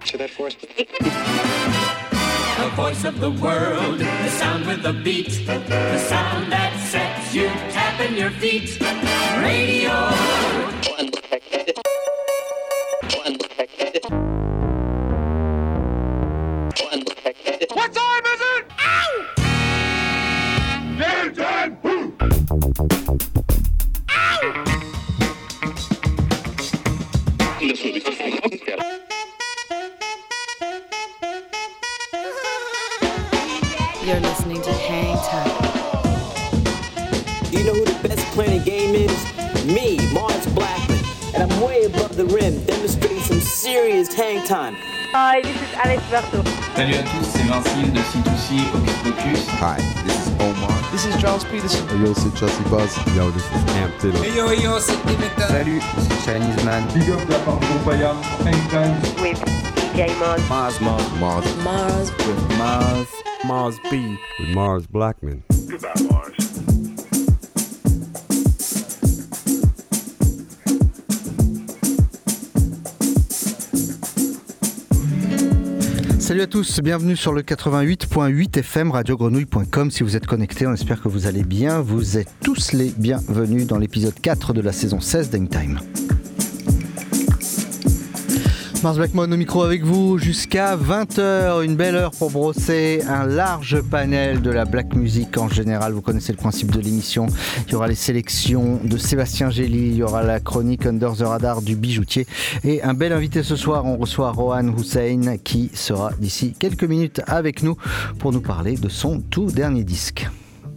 To that force. The voice of the world, the sound with the beat, the sound that sets you tapping your feet. Radio. What time is it? Ow! Game time! Ow! You're listening to Hang Time. Do you know who the best playing game is? Me, Mars Blackman. And I'm way above the rim, demonstrating some serious hang time. Hi, this is Alex Berto. Salut à tous, c'est Vincile de C2C Hocus Pocus. Hi, this is Omar. This is Charles Peterson. Hey yo, c'est Chelsea Buzz. Yo, this is Amp Taylor. Hey yo, c'est Dimitra. Salut, c'est Chinese Man. Big up la part de Bombaya, Hang Time. With DJ Mars. Mars. With Mars B. With Mars Blackman. Goodbye, Mars. Salut à tous, bienvenue sur le 88.8 FM radiogrenouille.com. Si vous êtes connectés, on espère que vous allez bien. Vous êtes tous les bienvenus dans l'épisode 4 de la saison 16 d'Hang Time. Mars Blackman au micro avec vous jusqu'à 20h, une belle heure pour brosser un large panel de la black music en général. Vous connaissez le principe de l'émission. Il y aura les sélections de Sébastien Gély, il y aura la chronique Under the Radar du bijoutier et un bel invité ce soir. On reçoit Rohan Hussein qui sera d'ici quelques minutes avec nous pour nous parler de son tout dernier disque.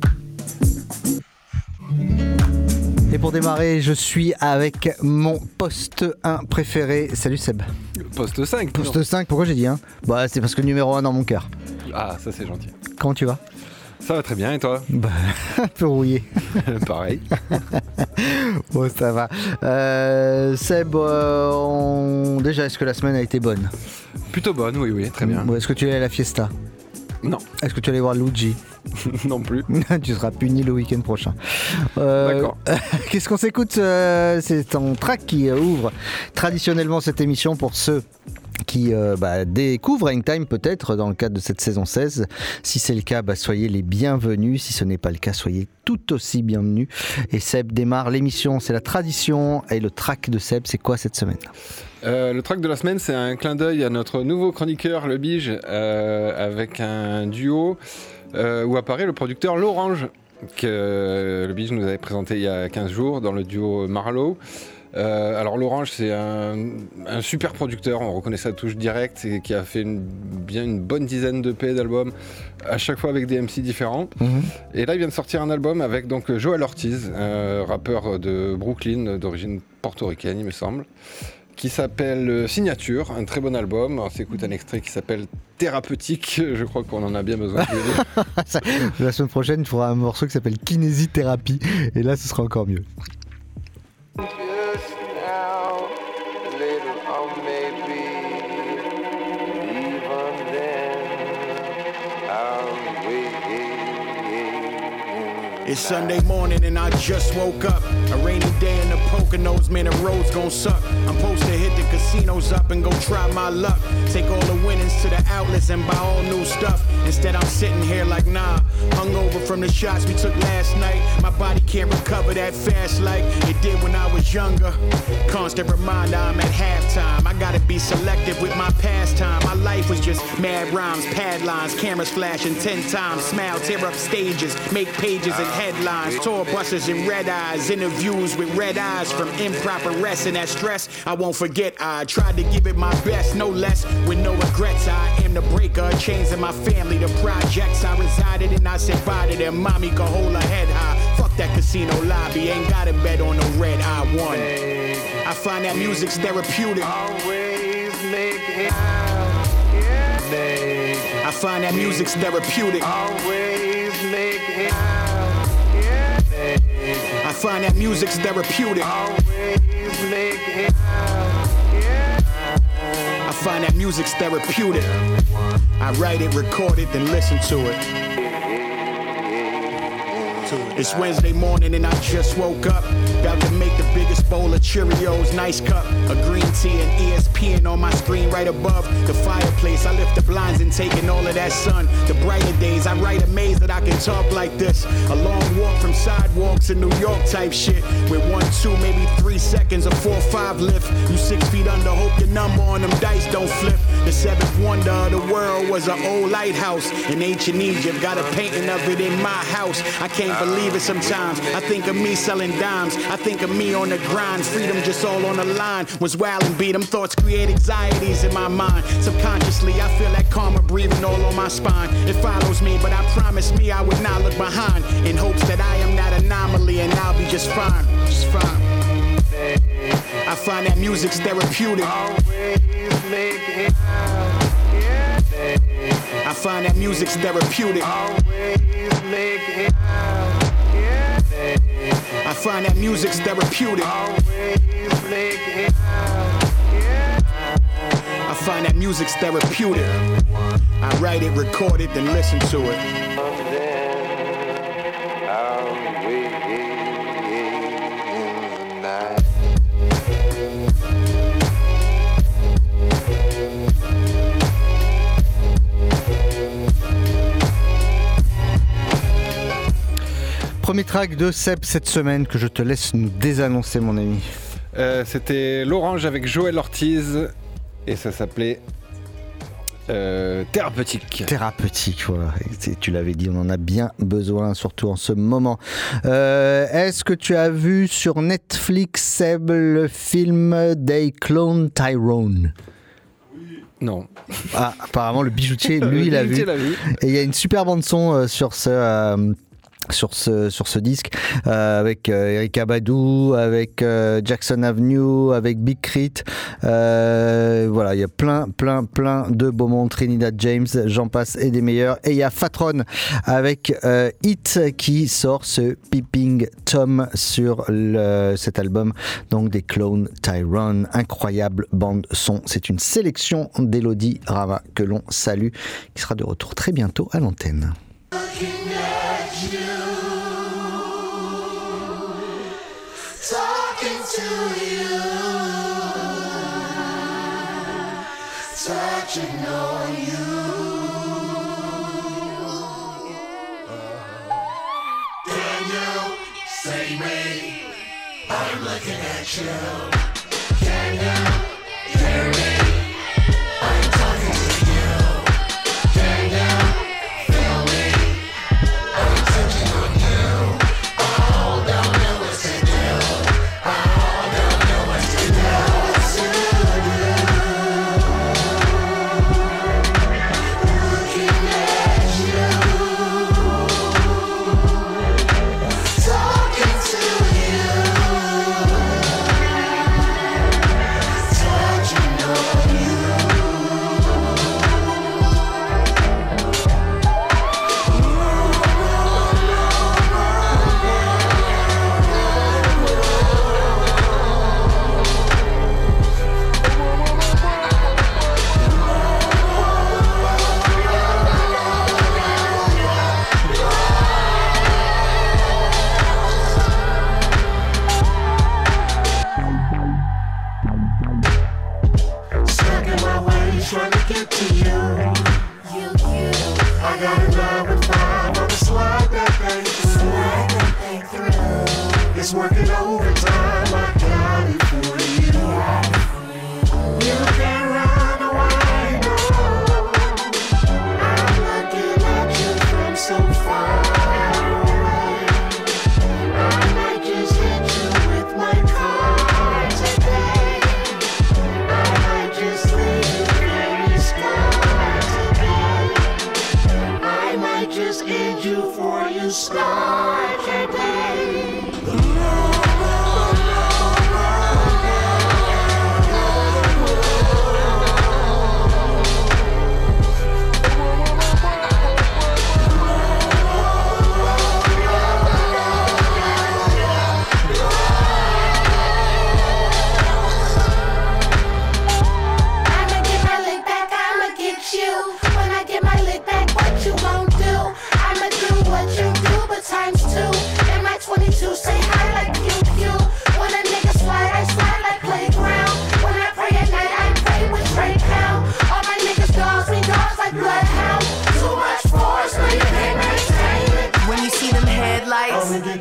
Et pour démarrer, je suis avec mon poste 1 préféré. Salut Seb. Poste 5. Poste 5, pourquoi j'ai dit 1 ? Bah, c'est parce que numéro 1 dans mon cœur. Ah, ça c'est gentil. Comment tu vas ? Ça va très bien, et toi ? Bah, un peu rouillé. Pareil. Bon, ça va. Seb, déjà, est-ce que la semaine a été bonne ? Plutôt bonne, oui, très bien. Est-ce que tu es allé à la fiesta ? Non. Est-ce que tu es allé voir Luigi ? Non plus. Tu seras puni le week-end prochain. D'accord. Qu'est-ce qu'on s'écoute ? C'est ton track qui ouvre traditionnellement cette émission pour ceux qui découvrent Hang Time peut-être dans le cadre de cette saison 16. Si c'est le cas, soyez les bienvenus. Si ce n'est pas le cas, soyez tout aussi bienvenus. Et Seb démarre l'émission, c'est la tradition. Et le track de Seb, c'est quoi cette semaine ? Le track de la semaine, c'est un clin d'œil à notre nouveau chroniqueur, Le Bige, avec un duo où apparaît le producteur L'Orange, que Le Bige nous avait présenté il y a 15 jours dans le duo Marlowe. Alors L'Orange, c'est un super producteur, on reconnaît sa touche directe, et qui a fait une bonne dizaine d'EP d'albums, à chaque fois avec des MC différents. Et là il vient de sortir un album avec donc Joel Ortiz, rappeur de Brooklyn, d'origine portoricaine il me semble, qui s'appelle Signature, un très bon album. On s'écoute un extrait qui s'appelle Thérapeutique, je crois qu'on en a bien besoin. La semaine prochaine, tu feras un morceau qui s'appelle Kinésithérapie, et là ce sera encore mieux. It's Sunday morning and I just woke up. A rainy day in the Poconos, man, the roads gon' suck. I'm supposed to hit the casinos up and go try my luck. Take all the winnings to the outlets and buy all new stuff. Instead I'm sitting here like nah, hungover from the shots we took last night. My body can't recover that fast like it did when I was younger. Constant reminder I'm at halftime. I gotta be selective with my pastime. My life was just mad rhymes, pad lines, cameras flashing 10 times. Smile, tear up stages, make pages and headlines, tour buses and red eyes, interviews with red eyes from improper rest and that stress. I won't forget I tried to give it my best, no less, with no regrets. I am the breaker, chains in my family, the projects I resided in. I said bye to them, mommy could hold her head high. Fuck that casino lobby, ain't got a bet on no red, I won. I find that music's therapeutic. Always make it out. I find that music's therapeutic. Always make it out. I find that music's therapeutic. Always make it out. I find that music's therapeutic. I write it, record it, then listen to it. It's Wednesday morning and I just woke up. About to make the biggest bowl of Cheerios, nice cup of green tea and ESPN on my screen right above the fireplace. I lift the blinds and take in all of that sun. The brighter days, I write amazed that I can talk like this. A long walk from sidewalks to New York type shit. With 1, 2, maybe 3 seconds, a 4, 5 lift. You 6 feet under, hope your number on them dice don't flip. The seventh wonder of the world was an old lighthouse in ancient Egypt. Got a painting of it in my house. I can't believe it sometimes. I think of me selling dimes. I think of me on the grind. Freedom just all on the line. Was wild and beat them thoughts create anxieties in my mind. Subconsciously I feel that karma breathing all on my spine. It follows me, but I promised me I would not look behind. In hopes that I am that anomaly and I'll be just fine. Just fine. I find that music's therapeutic. I find that music's therapeutic. I find that music's therapeutic. I find that music's therapeutic. I write it, record it, then listen to it. Premier track de Seb cette semaine que je te laisse nous désannoncer, mon ami. C'était l'Orange avec Joël Ortiz et ça s'appelait Thérapeutique. Thérapeutique, voilà. Tu l'avais dit, on en a bien besoin, surtout en ce moment. Est-ce que tu as vu sur Netflix, Seb, le film They Clone Tyrone ? Non. Ah, apparemment le bijoutier, lui, il a vu. Et il y a une super bande son sur ce disque avec Erykah Badu, avec Jackson Avenue, avec Big Crit. Voilà, il y a plein de beaux mondes. Trinidad James, j'en passe et des meilleurs. Et il y a Fatron avec Hit qui sort ce Peeping Tom sur cet album, donc des Clone Tyrone. Incroyable bande son. C'est une sélection d'Elodie Rama que l'on salue, qui sera de retour très bientôt à l'antenne. Talking to you, touching on you. Can you see me? I'm looking at you. Can you hear me? I'm talking to you. Can you feel me? I'm touching on you. Oh, don't know what to do. Trying to get to you. I got a 9 to 5 on the slide that thing through. It's working overtime, I got it for you. You can't run away, no. I'm looking at you from so far away. I might just hit you with my car today. I might just leave you. I might just end you before you start your day. Times 2.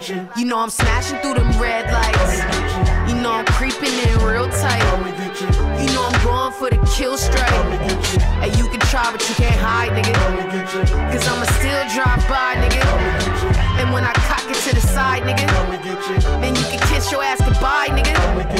You know I'm smashing through them red lights. You know I'm creeping in real tight. You know I'm going for the kill strike. And you can try but you can't hide, nigga. Cause I'ma still drive by, nigga. And when I cock it to the side, nigga, then you can kiss your ass goodbye, nigga.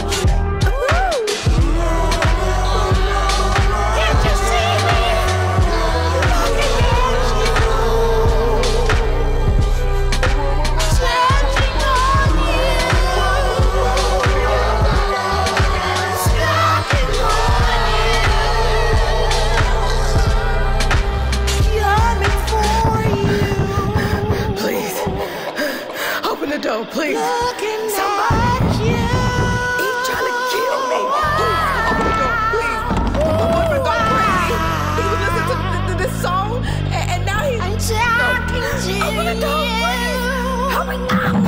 Please, somebody, he's trying to kill me. Open the door, please. My boyfriend gone crazy. He was listening to this song, and now he's talking to you. Open the door, please. Hurry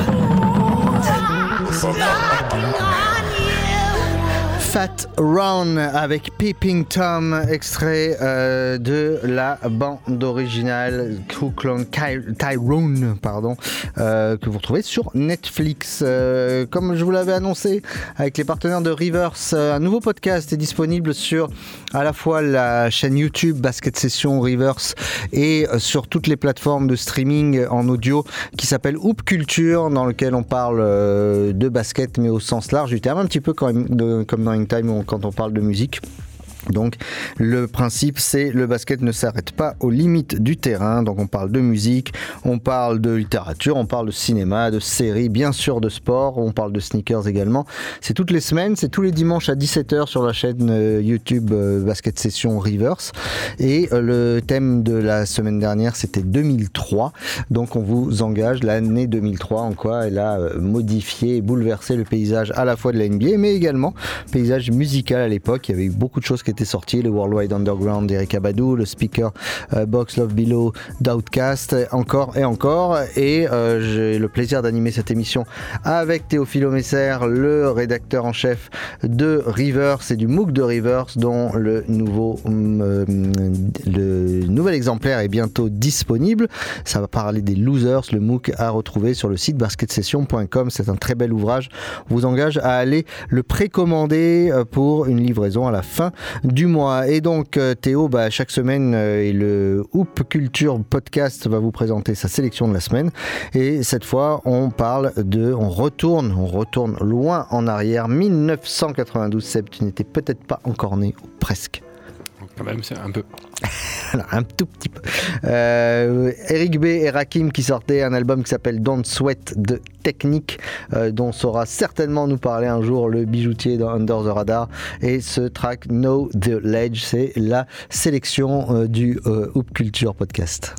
up. Fat Ron avec Peeping Tom, extrait de la bande originale Ku Klux Tyrone, que vous retrouvez sur Netflix. Comme je vous l'avais annoncé avec les partenaires de Reverse, un nouveau podcast est disponible sur à la fois la chaîne YouTube Basket Session Reverse et sur toutes les plateformes de streaming en audio qui s'appelle Hoop Culture, dans lequel on parle de basket mais au sens large du terme, un petit peu comme dans Time quand on parle de musique. Donc le principe c'est le basket ne s'arrête pas aux limites du terrain, donc on parle de musique, on parle de littérature, on parle de cinéma, de séries, bien sûr de sport, on parle de sneakers également. C'est toutes les semaines, c'est tous les dimanches à 17h sur la chaîne YouTube Basket Session Reverse, et le thème de la semaine dernière c'était 2003, donc on vous engage l'année 2003 en quoi elle a modifié et bouleversé le paysage à la fois de la NBA mais également paysage musical à l'époque. Il y avait eu beaucoup de choses qui était sorti, le Worldwide Underground d'Erykah Badu, le Speaker Box Love Below d'Outkast, encore et encore, et j'ai le plaisir d'animer cette émission avec Théophile Messer, le rédacteur en chef de Reverse et du MOOC de Reverse, dont le nouvel exemplaire est bientôt disponible. Ça va parler des losers, le MOOC à retrouver sur le site basketsession.com. C'est un très bel ouvrage. On vous engage à aller le précommander pour une livraison à la fin du mois. Et donc Théo, chaque semaine, et le Hoop Culture Podcast va vous présenter sa sélection de la semaine. Et cette fois, on retourne loin en arrière. 1992, Seb, tu n'étais peut-être pas encore né, ou presque. Quand même, c'est un peu. Un tout petit peu. Eric B et Rakim qui sortaient un album qui s'appelle Don't Sweat de Technique, dont saura certainement nous parler un jour le bijoutier dans Under the Radar. Et ce track Know the Ledge, c'est la sélection du Hoop Culture Podcast.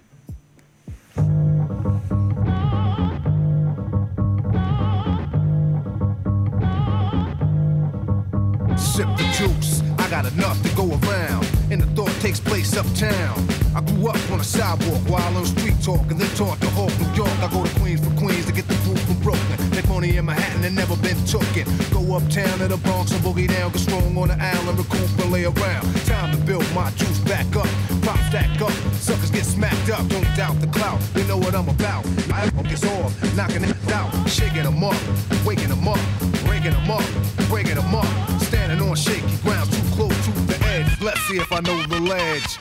Sip the juice, I got enough to go around, and the thought takes place uptown. I grew up on a sidewalk while on street talk, and then taught to Hawk, New York. I go to Queens for Queens to get the food from Brooklyn. Make money in Manhattan and never been tooken. Go uptown to the Bronx and boogie down, get strong on the island, recoup and lay around. Time to build my juice back up, pop stack up, suckers get smacked up. Don't doubt the clout, they know what I'm about. I focus off, knocking it out, shaking them up, waking them up, breaking them up, breaking them up. Standing on shaky ground, too close to the edge. Let's see if I know the ledge.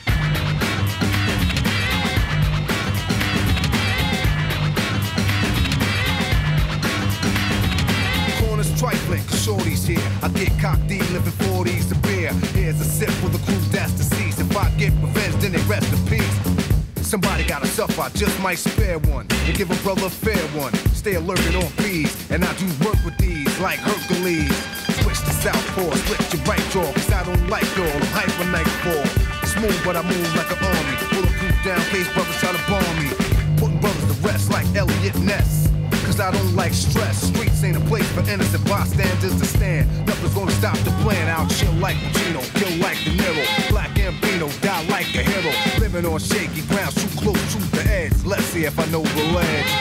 Corners trifling, cause shorty's here. I get cocked, living 40s of beer. Here's a sip for the crew that's deceased. If I get revenge, then they rest in peace. Somebody gotta suffer, I just might spare one and give a brother a fair one. Stay alerted on bees, and I do work with these like Hercules. Switch to southpaw, split your right jaw, cause I don't like all the hyper nightfall. Smooth, but I move like an army. Bulletproof down, case brothers try to bomb me. Putting brothers to rest like Elliot Ness. Cause I don't like stress. Streets ain't a place for innocent bystanders to stand. Nothing's gonna stop the plan. I'll chill like Pacino, kill like De Niro. Black Gambino, die like a hero. Living on shaky ground, too close to the edge. Let's see if I know the ledge.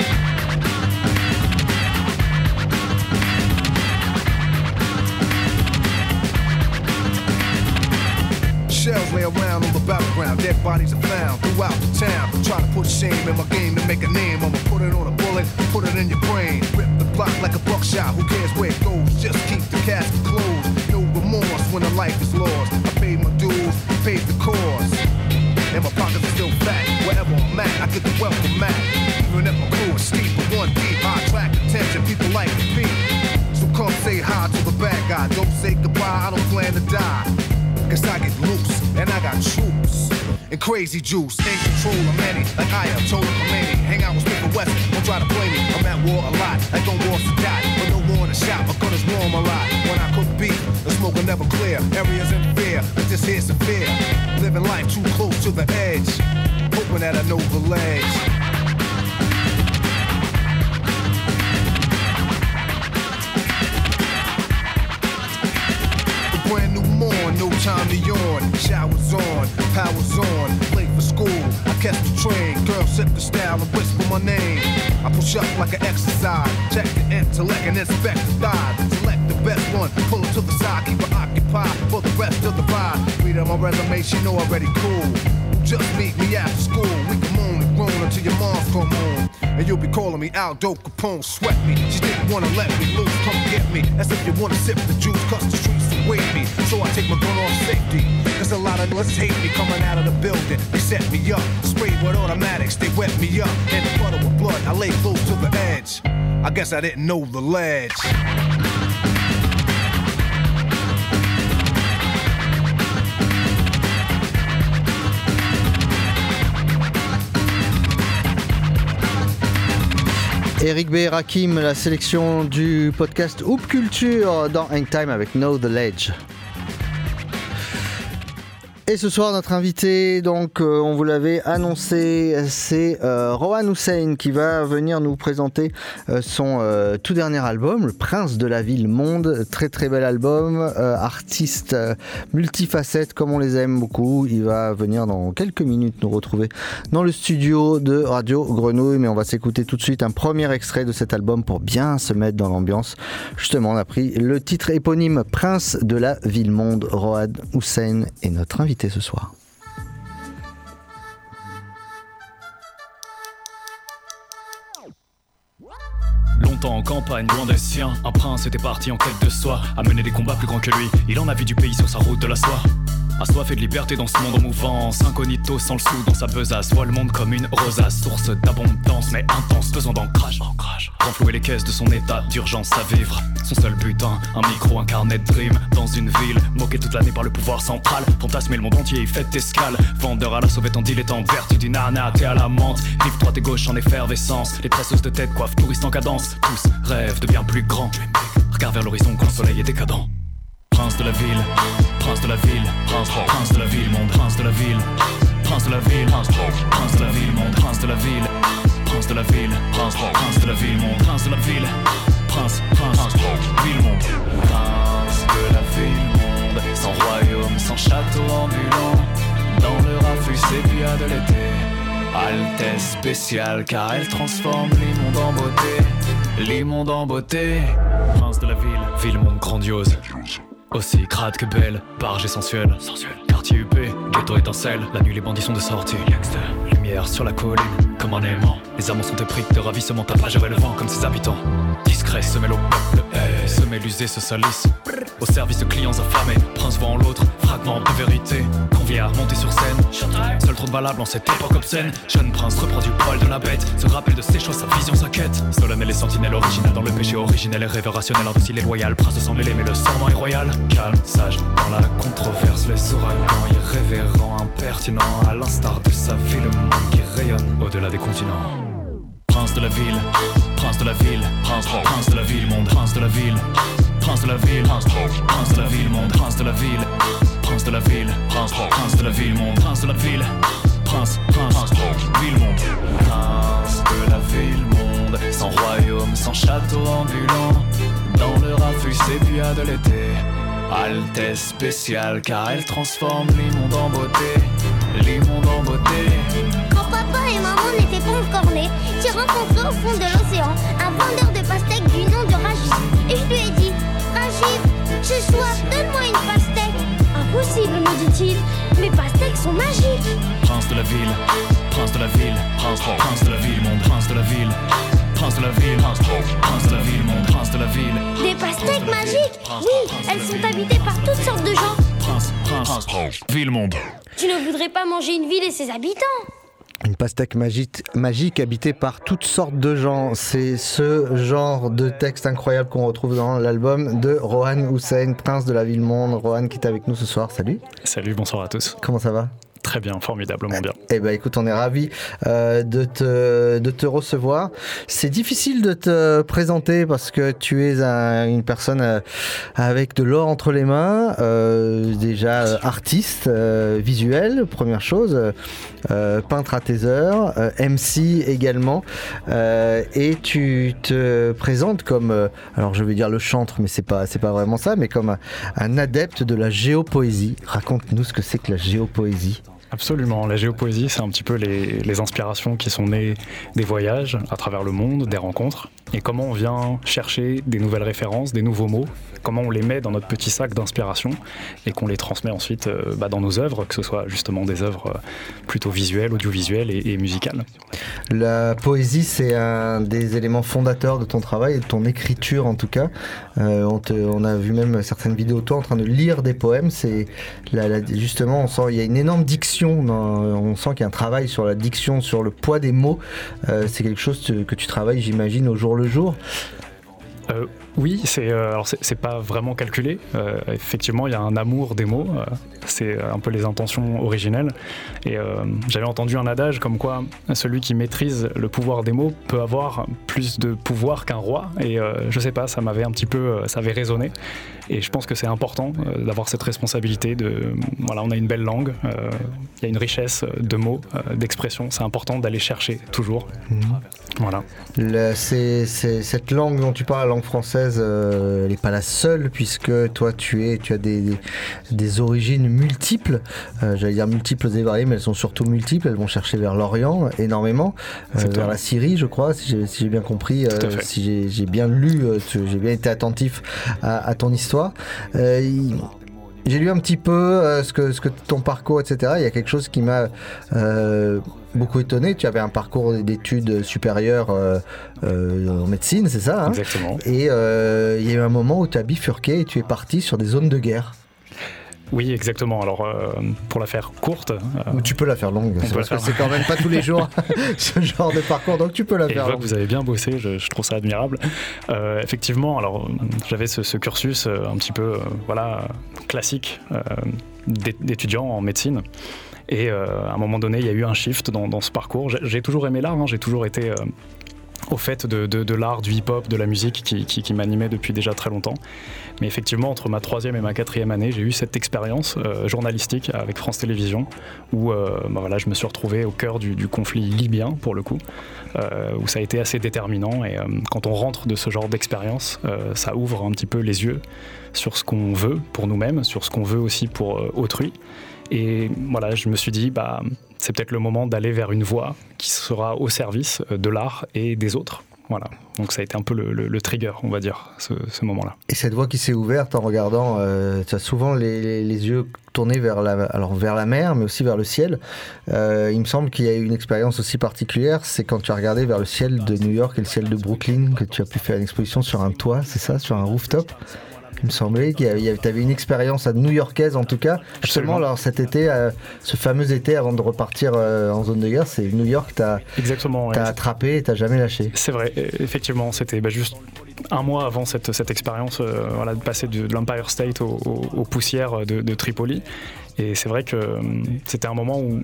Shells lay around on the battleground, dead bodies are found throughout the town. Try to put shame in my game to make a name. I'ma put it on a bullet silent, put it in your brain. Rip the block like a buckshot, who cares where it goes? Just keep the casket closed. No remorse when the life is lost. I paid my dues, paid the cost. And my pockets are still fat. Wherever I'm at, I get the welcome mat. Even if my crew is steep, but one deep, I attract attention. People like to peep. So come say hi to the bad guy. Don't say goodbye, I don't plan to die. Cause I get loose, and I got troops. And crazy juice, in control of many. Like I am, total Khomeini. Hang out with Smith and Wesson, don't try to play me. I'm at war a lot, like on war to die. But no war in the shop, my gun is warm a lot. When I cook beef, the smoke will never clear. Areas in fear, but this here's a fear. Living life too close to the edge. Hoping that I know the ledge. Brand new morn, no time to yawn. Showers on, powers on, late for school. I catch the train, girl set the style and whisper my name. I push up like an exercise, check the intellect and inspect the thighs. Select the best one, pull it to the side, keep her occupied for the rest of the ride. Read on my resume, she know already cool. Just meet me after school, we can moan and groan until your mom's come home. And you'll be calling me Aldo Capone, sweat me. She didn't wanna let me loose, come get me. As if you wanna sip the juice, cause the streets await me. So I take my gun off safety. There's a lot of us hate me coming out of the building. They set me up, sprayed with automatics, they wet me up. In the puddle with blood, I lay close to the edge. I guess I didn't know the ledge. Eric B. et Rakim, la sélection du podcast Hoop Culture dans Hang Time avec Know the Ledge. Et ce soir, notre invité, donc, on vous l'avait annoncé, c'est Rohan Hussein qui va venir nous présenter son tout dernier album, Le Prince de la Ville Monde. Très très bel album, artiste multifacette comme on les aime beaucoup. Il va venir dans quelques minutes nous retrouver dans le studio de Radio Grenouille, mais on va s'écouter tout de suite un premier extrait de cet album pour bien se mettre dans l'ambiance. Justement, on a pris le titre éponyme Prince de la Ville Monde. Rohan Hussein est notre invité ce soir. Longtemps en campagne, loin des siens, un prince était parti en quête de soi, à mener des combats plus grands que lui. Il en a vu du pays sur sa route de la soie. Assoiffé de liberté dans ce monde en mouvance, incognito sans le sou dans sa besace, voit le monde comme une rosace, source d'abondance mais intense, besoin d'ancrage. Renflouer les caisses de son état d'urgence à vivre. Son seul butin, un micro, un carnet de dream dans une ville, moqué toute l'année par le pouvoir central. Fantasmer le monde entier, il fait escale. Vendeur à la sauvette en dilettante, vertu d'une arnaque et à la menthe. Rive droite et gauche en effervescence, les tresseuses de tête coiffent touristes en cadence. Tous rêvent de bien plus grand. Regarde vers l'horizon quand le soleil est décadent. Prince de la ville, prince de la ville, prince de la ville, monde, prince de la ville, prince de la ville, prince de la ville, monde, prince de la ville, prince de la ville, prince de la ville, monde, prince de la ville, prince, ville, monde, prince de la ville, monde, sans royaume, sans château ambulant, dans le raffut sépia de l'été. Altesse spéciale car elle transforme l'immonde en beauté, l'immonde en beauté. Prince de la ville, ville-monde grandiose, aussi crade que belle, barge et sensuelle. Quartier UP, ghetto étincelle, la nuit les bandits sont de sortie. Lumière sur la colline, comme un aimant. Les amants sont épris de ravissement, t'as pas géré le vent comme ses habitants. Discret se mêle au peuple, se mêle usé, se salisse. Au service de clients affamés, prince voit en l'autre, fragment de vérité. Convié à remonter sur scène, seul trône valable en cette époque obscène. Jeune prince reprend du poil de la bête, se rappelle de ses choix, sa vision, sa quête. Solennel et sentinelle, original dans le péché originel et rêveur rationnel, indocile et loyal. Prince de sang mêlé, mais le serment est royal. Calme, sage, dans la controverse, les ouragans, irrévérent, impertinent, à l'instar de sa vie, le monde qui rayonne au-delà des continents. Prince de la ville, prince de la ville, prince de la ville, monde, prince de la ville, prince de la ville, prince de la ville, monde, prince de la ville, prince de la ville, prince de la ville, monde, prince de la ville, prince, ville, monde, prince de la ville, monde, sans royaume, sans château ambulant, dans le raffut sépia de l'été. Altesse spéciale car elle transforme l'immonde en beauté, l'immonde en beauté. Quand papa et maman n'étaient pas encore nés, j'ai rencontré au fond de l'océan un vendeur de pastèques du nom de Rajiv. Et je lui ai dit, Rajiv, j'ai soif, donne-moi une pastèque. Impossible, me dit-il, mes pastèques sont magiques. Prince de la ville, prince de la ville, prince de la ville, mon prince de la ville, Prince de la ville, prince de la ville, mon prince de la ville. Des pastèques magiques? Oui, elles sont habitées par toutes sortes de gens. Prince, ville, monde. Tu ne voudrais pas manger une ville et ses habitants? Une pastèque magique habitée par toutes sortes de gens. C'est ce genre de texte incroyable qu'on retrouve dans l'album de Rohan Hussein, Prince de la ville monde. Rohan qui est avec nous ce soir, salut. Salut, bonsoir à tous. Comment ça va? Très bien, formidablement bien. Eh ben écoute, on est ravis de te recevoir. C'est difficile de te présenter parce que tu es une personne avec de l'or entre les mains, déjà artiste visuel, première chose, peintre à tes heures, MC également, et tu te présentes comme, alors je vais dire le chantre, mais c'est pas vraiment ça, mais comme un adepte de la géopoésie. Raconte-nous ce que c'est que la géopoésie. Absolument, la géopoésie, c'est un petit peu les inspirations qui sont nées des voyages à travers le monde, des rencontres, et comment on vient chercher des nouvelles références, des nouveaux mots, comment on les met dans notre petit sac d'inspiration et qu'on les transmet ensuite dans nos œuvres, que ce soit justement des œuvres plutôt visuelles, audiovisuelles et musicales. La poésie, c'est un des éléments fondateurs de ton travail et de ton écriture en tout cas. On a vu même certaines vidéos de toi en train de lire des poèmes. Justement, on sent il y a une énorme diction. On sent qu'il y a un travail sur la diction, sur le poids des mots. C'est quelque chose que tu travailles, j'imagine, au jour le jour. Oui, c'est pas vraiment calculé. Effectivement, il y a un amour des mots. C'est un peu les intentions originelles. Et j'avais entendu un adage comme quoi celui qui maîtrise le pouvoir des mots peut avoir plus de pouvoir qu'un roi. Et je sais pas, ça m'avait un petit peu, ça avait résonné. Et je pense que c'est important d'avoir cette responsabilité voilà, on a une belle langue, il y a une richesse de mots, d'expressions. C'est important d'aller chercher toujours. Voilà. Cette langue dont tu parles, la langue française, elle n'est pas la seule puisque toi tu as des origines multiples. J'allais dire multiples et variées, mais elles sont surtout multiples. Elles vont chercher vers l'Orient énormément, vers la Syrie, je crois, si j'ai bien compris, si j'ai bien lu, j'ai bien été attentif à ton histoire. J'ai lu un petit peu ce que ton parcours, etc. Il y a quelque chose qui m'a beaucoup étonné. Tu avais un parcours d'études supérieures en médecine, c'est ça, hein? Exactement. Et il y a eu un moment où tu as bifurqué et tu es parti sur des zones de guerre. Oui, exactement. Alors, pour la faire courte... Ou tu peux la faire longue, parce que c'est quand même pas tous les jours ce genre de parcours, donc tu peux la faire longue. Vous avez bien bossé, je trouve ça admirable. Effectivement, alors, j'avais ce cursus un petit peu classique d'étudiant en médecine. Et à un moment donné, il y a eu un shift dans ce parcours. J'ai toujours aimé l'art, j'ai toujours été... au fait de l'art, du hip-hop, de la musique qui m'animait depuis déjà très longtemps. Mais effectivement, entre ma 3e et ma 4e année, j'ai eu cette expérience journalistique avec France Télévisions où je me suis retrouvé au cœur du conflit libyen, pour le coup, où ça a été assez déterminant. Et quand on rentre de ce genre d'expérience, ça ouvre un petit peu les yeux sur ce qu'on veut pour nous-mêmes, sur ce qu'on veut aussi pour autrui. Et voilà, je me suis dit, c'est peut-être le moment d'aller vers une voie qui sera au service de l'art et des autres. Voilà, donc ça a été un peu le trigger, on va dire, ce moment-là. Et cette voie qui s'est ouverte en regardant, tu as souvent les yeux tournés vers la mer, mais aussi vers le ciel. Il me semble qu'il y a eu une expérience aussi particulière, c'est quand tu as regardé vers le ciel de New York et le ciel de Brooklyn, que tu as pu faire une exposition sur un toit, c'est ça, sur un rooftop. Il me semblait que tu avais une expérience new-yorkaise en tout cas. Justement, alors cet été, ce fameux été avant de repartir en zone de guerre, c'est New York, t'as attrapé et t'as jamais lâché. C'est vrai, effectivement, c'était juste un mois avant cette expérience de passer de l'Empire State aux poussières de Tripoli. Et c'est vrai que c'était un moment où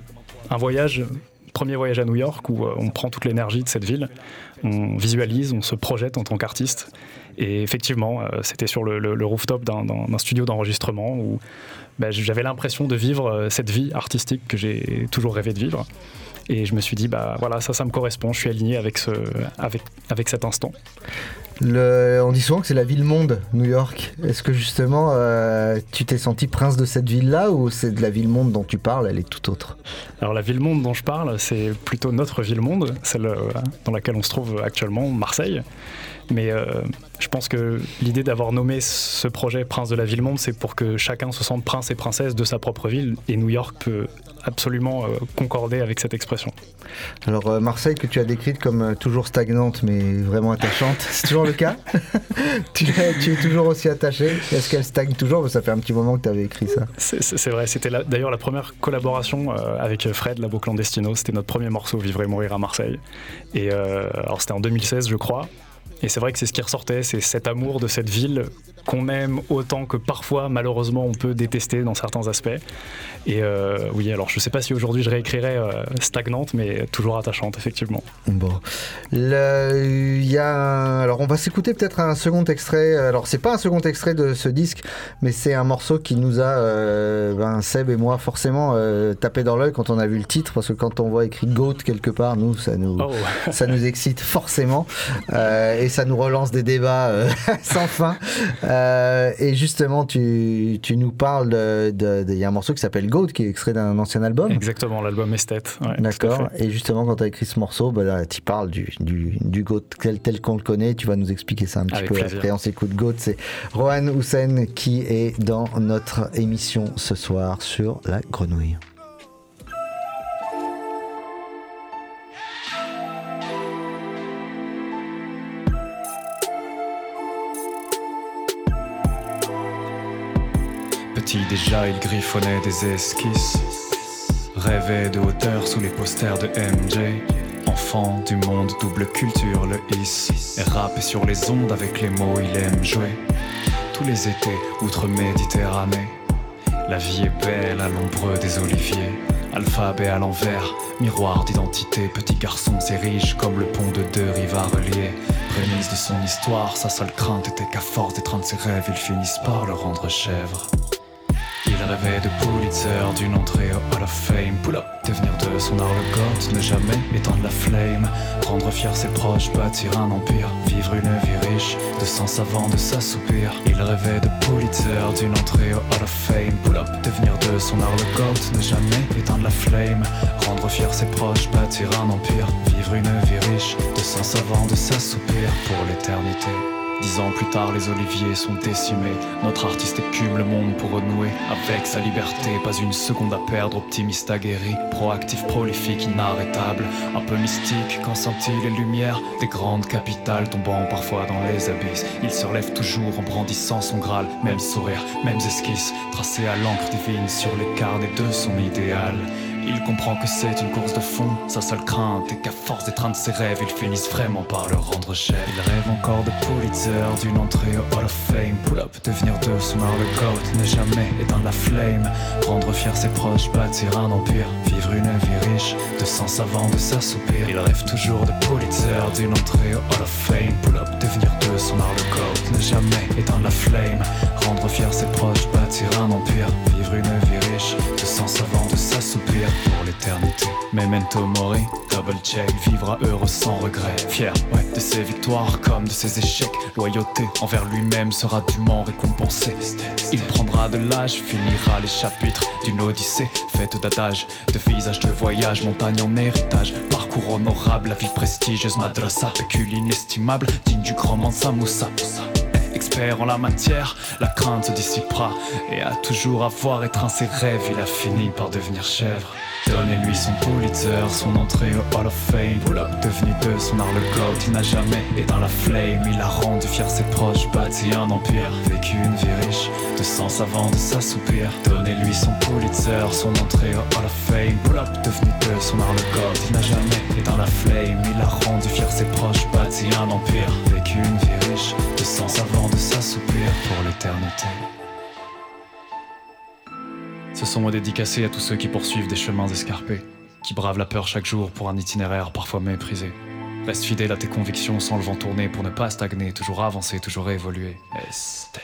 premier voyage à New York, où on prend toute l'énergie de cette ville, on visualise, on se projette en tant qu'artiste. Et effectivement, c'était sur le rooftop d'un studio d'enregistrement où j'avais l'impression de vivre cette vie artistique que j'ai toujours rêvé de vivre. Et je me suis dit, ça me correspond, je suis aligné avec cet instant. On dit souvent que c'est la ville-monde, New York. Est-ce que justement, tu t'es senti prince de cette ville-là ou c'est de la ville-monde dont tu parles, elle est tout autre? Alors la ville-monde dont je parle, c'est plutôt notre ville-monde, celle dans laquelle on se trouve actuellement, Marseille. Mais je pense que l'idée d'avoir nommé ce projet Prince de la Ville-Monde, c'est pour que chacun se sente prince et princesse de sa propre ville, et New York peut absolument concorder avec cette expression. Alors Marseille, que tu as décrite comme toujours stagnante mais vraiment attachante, c'est toujours le cas? tu es toujours aussi attaché? Est-ce qu'elle stagne toujours? Ça fait un petit moment que tu avais écrit ça. C'est vrai, c'était d'ailleurs la première collaboration avec Fred, Labo Clandestino. C'était notre premier morceau, Vivre et mourir à Marseille. Et alors c'était en 2016 je crois. Et c'est vrai que c'est ce qui ressortait, c'est cet amour de cette ville qu'on aime autant que parfois, malheureusement, on peut détester dans certains aspects. Et oui, alors je sais pas si aujourd'hui je réécrirais stagnante, mais toujours attachante, effectivement. Bon. Alors on va s'écouter peut-être un second extrait. Alors c'est pas un second extrait de ce disque, mais c'est un morceau qui nous a, Seb et moi, forcément tapé dans l'œil quand on a vu le titre, parce que quand on voit écrit GOAT quelque part, nous, ça nous excite forcément. Et ça nous relance des débats sans fin. Et justement, tu nous parles il y a un morceau qui s'appelle GOAT, qui est extrait d'un ancien album. Exactement, l'album Esthète. Ouais, d'accord. Et justement, quand tu as écrit ce morceau, tu parles du GOAT tel qu'on le connaît. Tu vas nous expliquer ça un petit peu plaisir. Après. On s'écoute GOAT. C'est Rohan Hussein qui est dans notre émission ce soir sur la grenouille. Petit déjà, il griffonnait des esquisses, rêvait de hauteur sous les posters de MJ. Enfant du monde, double culture, le hisse, et rappait sur les ondes avec les mots, il aime jouer. Tous les étés, outre-Méditerranée, la vie est belle à l'ombre des oliviers. Alphabet à l'envers, miroir d'identité. Petit garçon s'érige comme le pont de deux rives à relier. Prémisse de son histoire, sa seule crainte était qu'à force d'étreindre ses rêves, ils finissent par le rendre chèvre. Il rêvait de Pulitzer, d'une entrée au Hall of Fame. Pull up, devenir de son art le goth, ne jamais éteindre la flame. Rendre fiers ses proches, bâtir un empire. Vivre une vie riche, de sens avant de s'assoupir. Il rêvait de Pulitzer, d'une entrée au Hall of Fame. Pull up, devenir de son art le goth, ne jamais éteindre la flame. Rendre fiers ses proches, bâtir un empire. Vivre une vie riche, de sens avant de s'assoupir pour l'éternité. 10 ans plus tard, les oliviers sont décimés. Notre artiste écume le monde pour renouer avec sa liberté. Pas une seconde à perdre, optimiste aguerri. Proactif, prolifique, inarrêtable. Un peu mystique quand scintillent les lumières des grandes capitales, tombant parfois dans les abysses. Il se relève toujours en brandissant son Graal. Même sourire, mêmes esquisses, tracées à l'encre divine sur les carnets de son idéal. Il comprend que c'est une course de fond, sa seule crainte est qu'à force d'étreindre ses rêves, ils finissent vraiment par le rendre cher. Il rêve encore de Pulitzer, d'une entrée au Hall of Fame. Pull up, devenir de son art le goat, ne jamais éteindre la flame. Rendre fiers ses proches, bâtir un empire. Vivre une vie riche, de sens avant de s'assoupir. Il rêve toujours de Pulitzer, d'une entrée au Hall of Fame. Pull up, devenir de son art le goat, ne jamais éteindre la flame. Rendre fiers ses proches, bâtir un empire. Vivre une vie riche, de sens avant de s'assoupir pour l'éternité. Memento mori, double check, vivra heureux sans regret. Fier, de ses victoires comme de ses échecs. Loyauté envers lui-même sera dûment récompensée. Il prendra de l'âge, finira les chapitres d'une odyssée faite d'adages, de visages de voyage, montagne en héritage. Parcours honorable, la vie prestigieuse, madrasa, pécule inestimable, digne du grand Mansa Moussa. Expert en la matière, la crainte se dissipera. Et à toujours avoir étreint ses rêves, il a fini par devenir chèvre. Donnez-lui son Pulitzer, son entrée au Hall of Fame. Pull up, devenu de son art le goat, il n'a jamais éteint la flame. Il a rendu fier ses proches, bâti un empire. Vécu une vie riche, de sens avant de s'assoupir. Donnez-lui son Pulitzer, son entrée au Hall of Fame. Pull up, devenu de son art le goat, il n'a jamais éteint la flame. Il a rendu fier ses proches, bâti un empire. Vécu une vie riche, de sens avant de s'assoupir pour l'éternité. Ce sont mots dédicacés à tous ceux qui poursuivent des chemins escarpés, qui bravent la peur chaque jour pour un itinéraire parfois méprisé. Reste fidèle à tes convictions sans le vent tourner pour ne pas stagner, toujours avancer, toujours évoluer. Esthète.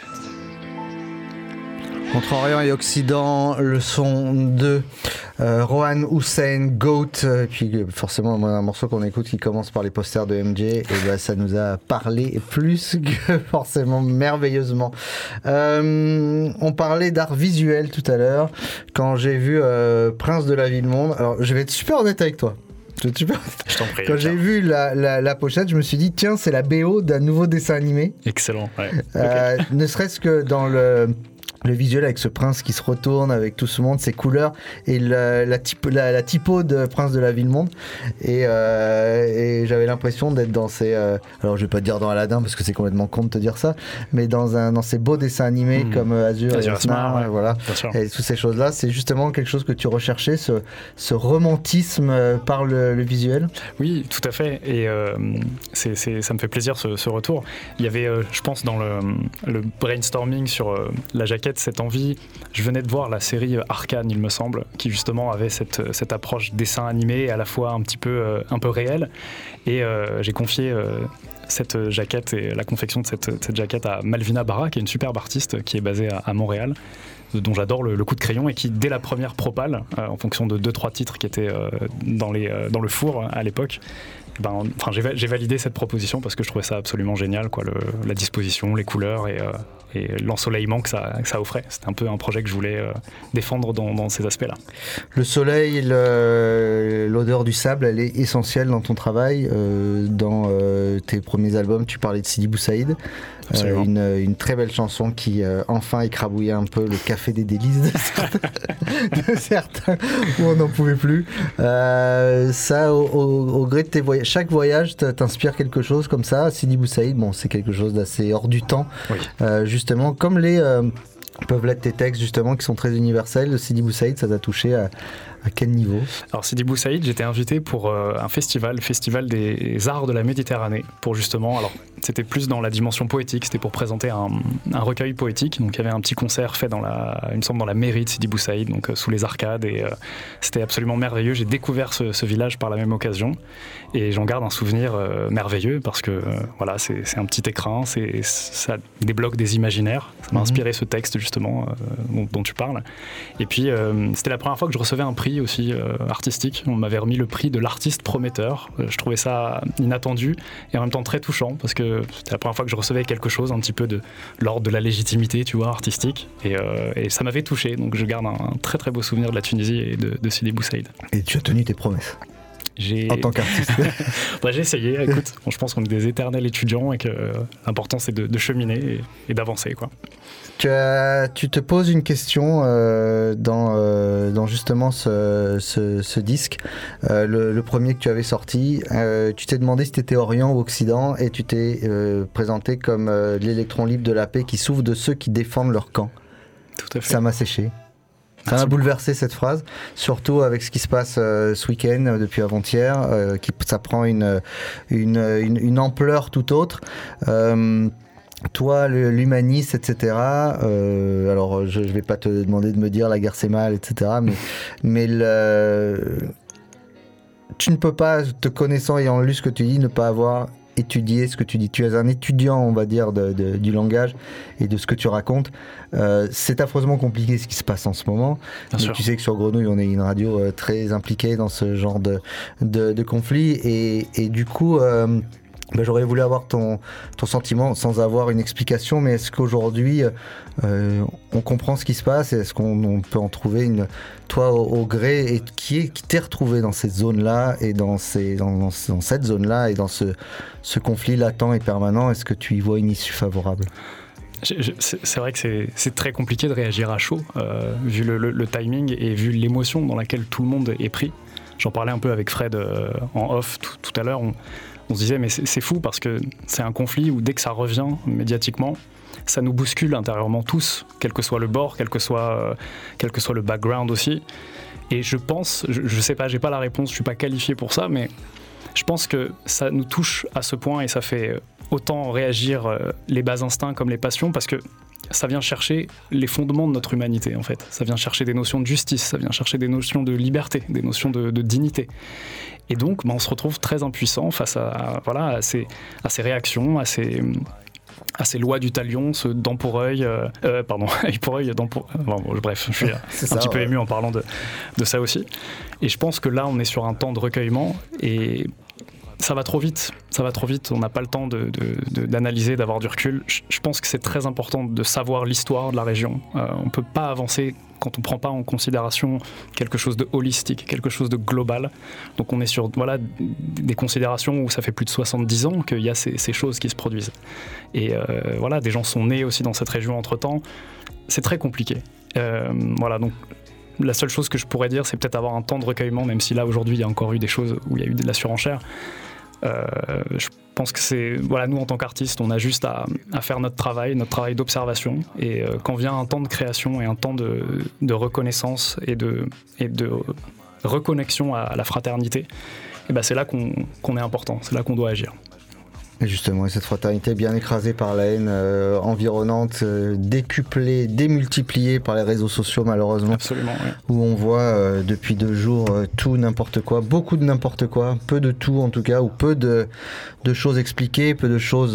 Entre Orient et Occident, le son de Rohan Hussein, GOAT, puis forcément un morceau qu'on écoute qui commence par les posters de MJ, et ça nous a parlé plus que forcément merveilleusement. On parlait d'art visuel tout à l'heure, quand j'ai vu Prince de la Ville-Monde. Alors je vais être super honnête avec toi. Je t'en prie. Quand j'ai vu la pochette, je me suis dit, tiens, c'est la BO d'un nouveau dessin animé. Excellent, ouais. Ne serait-ce que dans le visuel avec ce prince qui se retourne avec tout ce monde, ses couleurs et la typo de Prince de la Ville-Monde et j'avais l'impression d'être dans ces alors je vais pas te dire dans Aladdin parce que c'est complètement con de te dire ça, mais dans ces beaux dessins animés comme Azur et Asmar, ouais. Voilà, et toutes ces choses là, c'est justement quelque chose que tu recherchais, ce romantisme par le visuel. Oui, tout à fait, et ça me fait plaisir ce retour. Il y avait je pense dans le brainstorming sur la jaquette cette envie. Je venais de voir la série Arcane, il me semble, qui justement avait cette approche dessin animé à la fois un peu réel, et j'ai confié cette jaquette et la confection de cette jaquette à Malvina Barra, qui est une superbe artiste qui est basée à Montréal, dont j'adore le coup de crayon, et qui dès la première propale, en fonction de 2-3 titres qui étaient dans le four à l'époque, j'ai validé cette proposition parce que je trouvais ça absolument génial, quoi, la disposition, les couleurs et l'ensoleillement que ça offrait. C'était un peu un projet que je voulais défendre dans ces aspects-là. Le soleil, l'odeur du sable, elle est essentielle dans ton travail. Dans tes premiers albums, tu parlais de Sidi Bou Saïd. Une très belle chanson qui enfin écrabouillait un peu le café des délices de certains où on n'en pouvait plus. Ça, au gré de tes voyages, chaque voyage t'inspire quelque chose comme ça. Sidi Bou Saïd, bon, c'est quelque chose d'assez hors du temps. Oui. Justement, comme peuvent l'être tes textes justement qui sont très universels. Sidi Bou Saïd, ça t'a touché à quel niveau ? Alors Sidi Bou Saïd, j'étais invité pour un festival des arts de la Méditerranée, pour justement, alors c'était plus dans la dimension poétique, c'était pour présenter un recueil poétique. Donc il y avait un petit concert fait il me semble dans la mairie de Sidi Bou Saïd, donc sous les arcades, et c'était absolument merveilleux. J'ai découvert ce village par la même occasion, et j'en garde un souvenir merveilleux parce que voilà, c'est un petit écrin, ça débloque des imaginaires. Ça m'a inspiré ce texte justement dont tu parles. Et puis c'était la première fois que je recevais un prix aussi artistique. On m'avait remis le prix de l'artiste prometteur. Je trouvais ça inattendu et en même temps très touchant parce que c'était la première fois que je recevais quelque chose un petit peu de l'ordre de la légitimité, tu vois, artistique, et ça m'avait touché. Donc je garde un très très beau souvenir de la Tunisie et de Sidi Bou Saïd. Et tu as tenu tes promesses en tant qu'artiste. J'ai essayé. Écoute, je pense qu'on est des éternels étudiants et que l'important c'est de cheminer et d'avancer, quoi. Tu te poses une question dans justement ce disque, le premier que tu avais sorti. Tu t'es demandé si tu étais Orient ou Occident, et tu t'es présenté comme l'électron libre de la paix qui souffre de ceux qui défendent leur camp. Tout à fait. Ça m'a séché. Ça m'a bouleversé, cette phrase, surtout avec ce qui se passe ce week-end depuis avant-hier, ça prend une ampleur tout autre. Toi, l'humaniste, etc. Alors, je vais pas te demander de me dire la guerre c'est mal, etc. Mais tu ne peux pas, te connaissant, ayant lu ce que tu dis, ne pas avoir étudié ce que tu dis. Tu es un étudiant, on va dire, du langage et de ce que tu racontes. C'est affreusement compliqué ce qui se passe en ce moment. Mais tu sais que sur Grenouille, on est une radio très impliquée dans ce genre de conflit. Et du coup... j'aurais voulu avoir ton sentiment sans avoir une explication, mais est-ce qu'aujourd'hui on comprend ce qui se passe, et est-ce qu'on peut en trouver toi au gré, et qui t'es retrouvé dans cette zone-là et dans cette zone-là et dans ce conflit latent et permanent, est-ce que tu y vois une issue favorable ? C'est vrai que c'est très compliqué de réagir à chaud, vu le timing et vu l'émotion dans laquelle tout le monde est pris. J'en parlais un peu avec Fred en off tout à l'heure. On se disait, mais c'est fou parce que c'est un conflit où dès que ça revient médiatiquement, ça nous bouscule intérieurement tous, quel que soit le bord, quel que soit le background aussi. Et je pense, je sais pas, j'ai pas la réponse, je suis pas qualifié pour ça, mais je pense que ça nous touche à ce point et ça fait autant réagir les bas instincts comme les passions, parce que ça vient chercher les fondements de notre humanité, en fait. Ça vient chercher des notions de justice, ça vient chercher des notions de liberté, des notions de dignité. Et donc, on se retrouve très impuissant face à ces réactions, à ces lois du talion, ce dent pour œil, œil pour œil, dent pour... bref, je suis un petit peu ému en parlant de ça aussi. Et je pense que là, on est sur un temps de recueillement, et ça va trop vite, on n'a pas le temps d'analyser, d'avoir du recul. Je pense que c'est très important de savoir l'histoire de la région. On ne peut pas avancer quand on ne prend pas en considération quelque chose de holistique, quelque chose de global. Donc on est sur des considérations où ça fait plus de 70 ans qu'il y a ces choses qui se produisent. Et des gens sont nés aussi dans cette région entre-temps. C'est très compliqué. Donc la seule chose que je pourrais dire, c'est peut-être avoir un temps de recueillement, même si là aujourd'hui il y a encore eu des choses où il y a eu de la surenchère. Je pense que c'est nous en tant qu'artistes, on a juste à faire notre travail d'observation, et quand vient un temps de création et un temps de reconnaissance et de reconnexion à la fraternité, et c'est là qu'on est important, c'est là qu'on doit agir. Et justement, cette fraternité bien écrasée par la haine environnante, décuplée, démultipliée par les réseaux sociaux malheureusement. Absolument, oui. Où on voit depuis 2 jours tout, n'importe quoi, beaucoup de n'importe quoi, peu de tout en tout cas, ou peu de choses expliquées, peu de choses,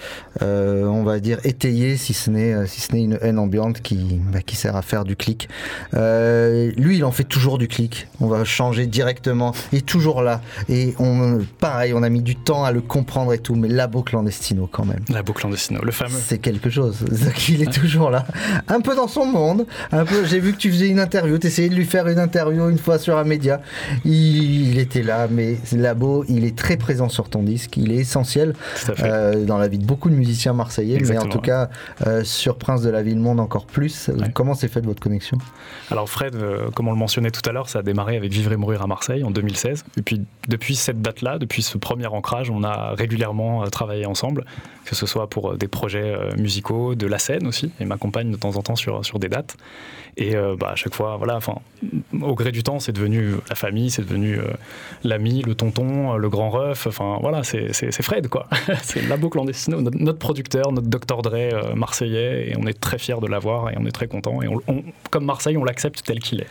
on va dire, étayées, si ce n'est une haine ambiante qui sert à faire du clic. Lui, il en fait toujours du clic. On va changer directement, il est toujours là. Et pareil, on a mis du temps à le comprendre et tout, mais Labo Clandestino quand même. Labo Clandestino, le fameux. C'est quelque chose. Il est toujours là, un peu dans son monde. J'ai vu que tu faisais une interview, tu essayais de lui faire une interview une fois sur un média. Il était là, mais Labo, il est très présent sur ton disque. Il est essentiel dans la vie de beaucoup de musiciens marseillais. Exactement. Mais en tout cas, sur Prince de la Ville-Monde encore plus. Ouais. Comment s'est faite votre connexion ? Alors Fred, comme on le mentionnait tout à l'heure, ça a démarré avec Vivre et Mourir à Marseille en 2016. Et puis depuis cette date-là, depuis ce premier ancrage, on a régulièrement travailler ensemble, que ce soit pour des projets musicaux, de la scène aussi, et m'accompagne de temps en temps sur des dates. Et à chaque fois, au gré du temps, c'est devenu la famille, c'est devenu l'ami, le tonton, le grand ref, c'est Fred, quoi. C'est Labo Clandestino, notre producteur, notre Dr Dre marseillais, et on est très fiers de l'avoir, et on est très contents. Et comme Marseille, on l'accepte tel qu'il est.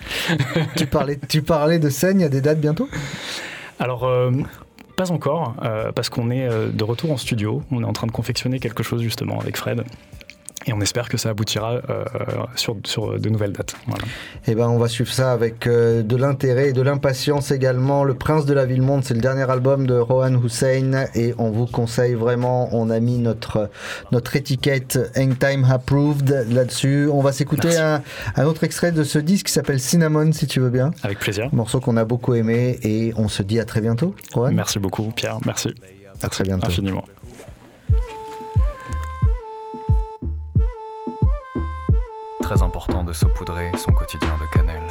Tu parlais de scène, il y a des dates bientôt ? Alors... pas encore, parce qu'on est de retour en studio. On est en train de confectionner quelque chose justement avec Fred. Et on espère que ça aboutira sur de nouvelles dates. Voilà. Et on va suivre ça avec de l'intérêt et de l'impatience également. Le Prince de la Ville-Monde, c'est le dernier album de Rohan Hussein, et on vous conseille vraiment, on a mis notre étiquette Hangtime Approved là-dessus. On va s'écouter un autre extrait de ce disque qui s'appelle Cinnamon, si tu veux bien. Avec plaisir. Un morceau qu'on a beaucoup aimé, et on se dit à très bientôt. Rohan. Merci beaucoup Pierre, merci. À très bientôt. Infiniment. Très important de saupoudrer son quotidien de cannelle.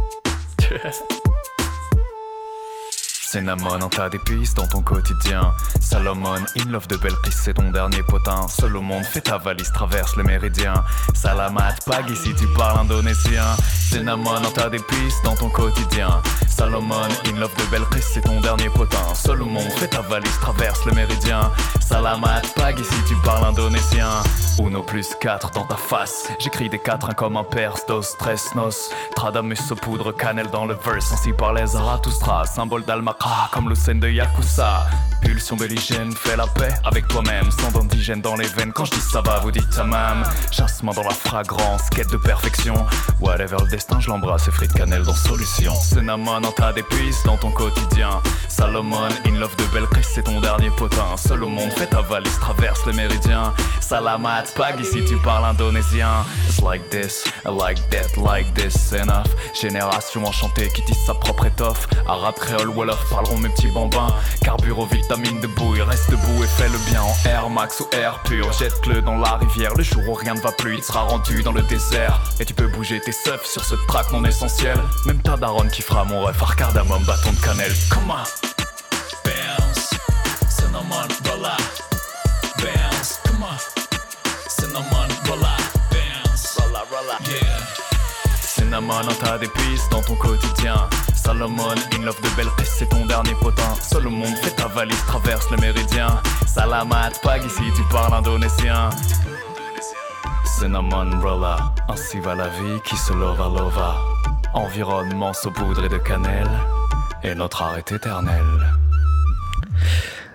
Cinnamon, en t'as des pistes dans ton quotidien. Salomon, in love de Belkis, c'est ton dernier potin. Seul au monde, fais ta valise, traverse le méridien. Salamat, Pagui si tu parles indonésien. Cinnamon, en t'as des pistes dans ton quotidien. Salomon, in love de Belkis, c'est ton dernier potin. Seul au monde, fais ta valise, traverse le méridien. Salamat, Pagui si tu parles indonésien. Uno plus 4 dans ta face. J'écris des 4 comme un perse, dos, tres, nos. Tradamus saupoudre, cannelle dans le verse. Ainsi parlait Zarathustra, symbole d'Alma. Comme le scène de Yakuza. Pulsion belligène, fais la paix avec toi-même. Sang d'indigène dans les veines, quand je dis ça va, vous dites tamam. Chassement dans la fragrance, quête de perfection. Whatever le destin, je l'embrasse et frites cannelle dans solution. Cinnamon, en t'as des pistes dans ton quotidien. Salomon, in love de Belkis, c'est ton dernier potin. Seul au monde, fais ta valise, traverse le méridien. Salamat, Pagui si tu parles indonésien. It's like this, like that, like this, enough. Génération enchantée qui tisse sa propre étoffe. Arabe, créole, wolof, parleront mes petits bambins. Carburo, vitamine de bouille, reste debout et fais le bien en Air Max ou Air pur. Jette-le dans la rivière, le jour où rien ne va plus, il sera rendu dans le désert. Et tu peux bouger tes seufs sur ce track non essentiel. Même ta daronne qui fera mon ref, cardamome, bâton de cannelle. Come on, bounce, cinnamon, voilà. Bounce, come on, cinnamon, voilà. Bounce, rolla, rolla, yeah. Cinnamon, en t'as des pistes dans ton quotidien. Salomon, in love de Belkis, c'est ton dernier potin. Seul au monde, fais ta valise, traverse le méridien. Salamat, Pagui si tu parles indonésien. Cinnamon, rolla, ainsi va la vie qui se lova lova. Environnement saupoudré de cannelle, et notre art est éternel.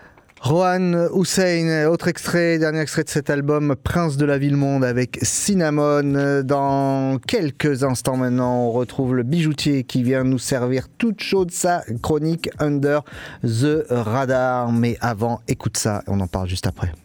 Rohan Hussein, autre extrait, dernier extrait de cet album, Prince de la Ville-Monde avec Cinnamon. Dans quelques instants maintenant, on retrouve le bijoutier qui vient nous servir toute chaude sa chronique Under the Radar. Mais avant, écoute ça, on en parle juste après.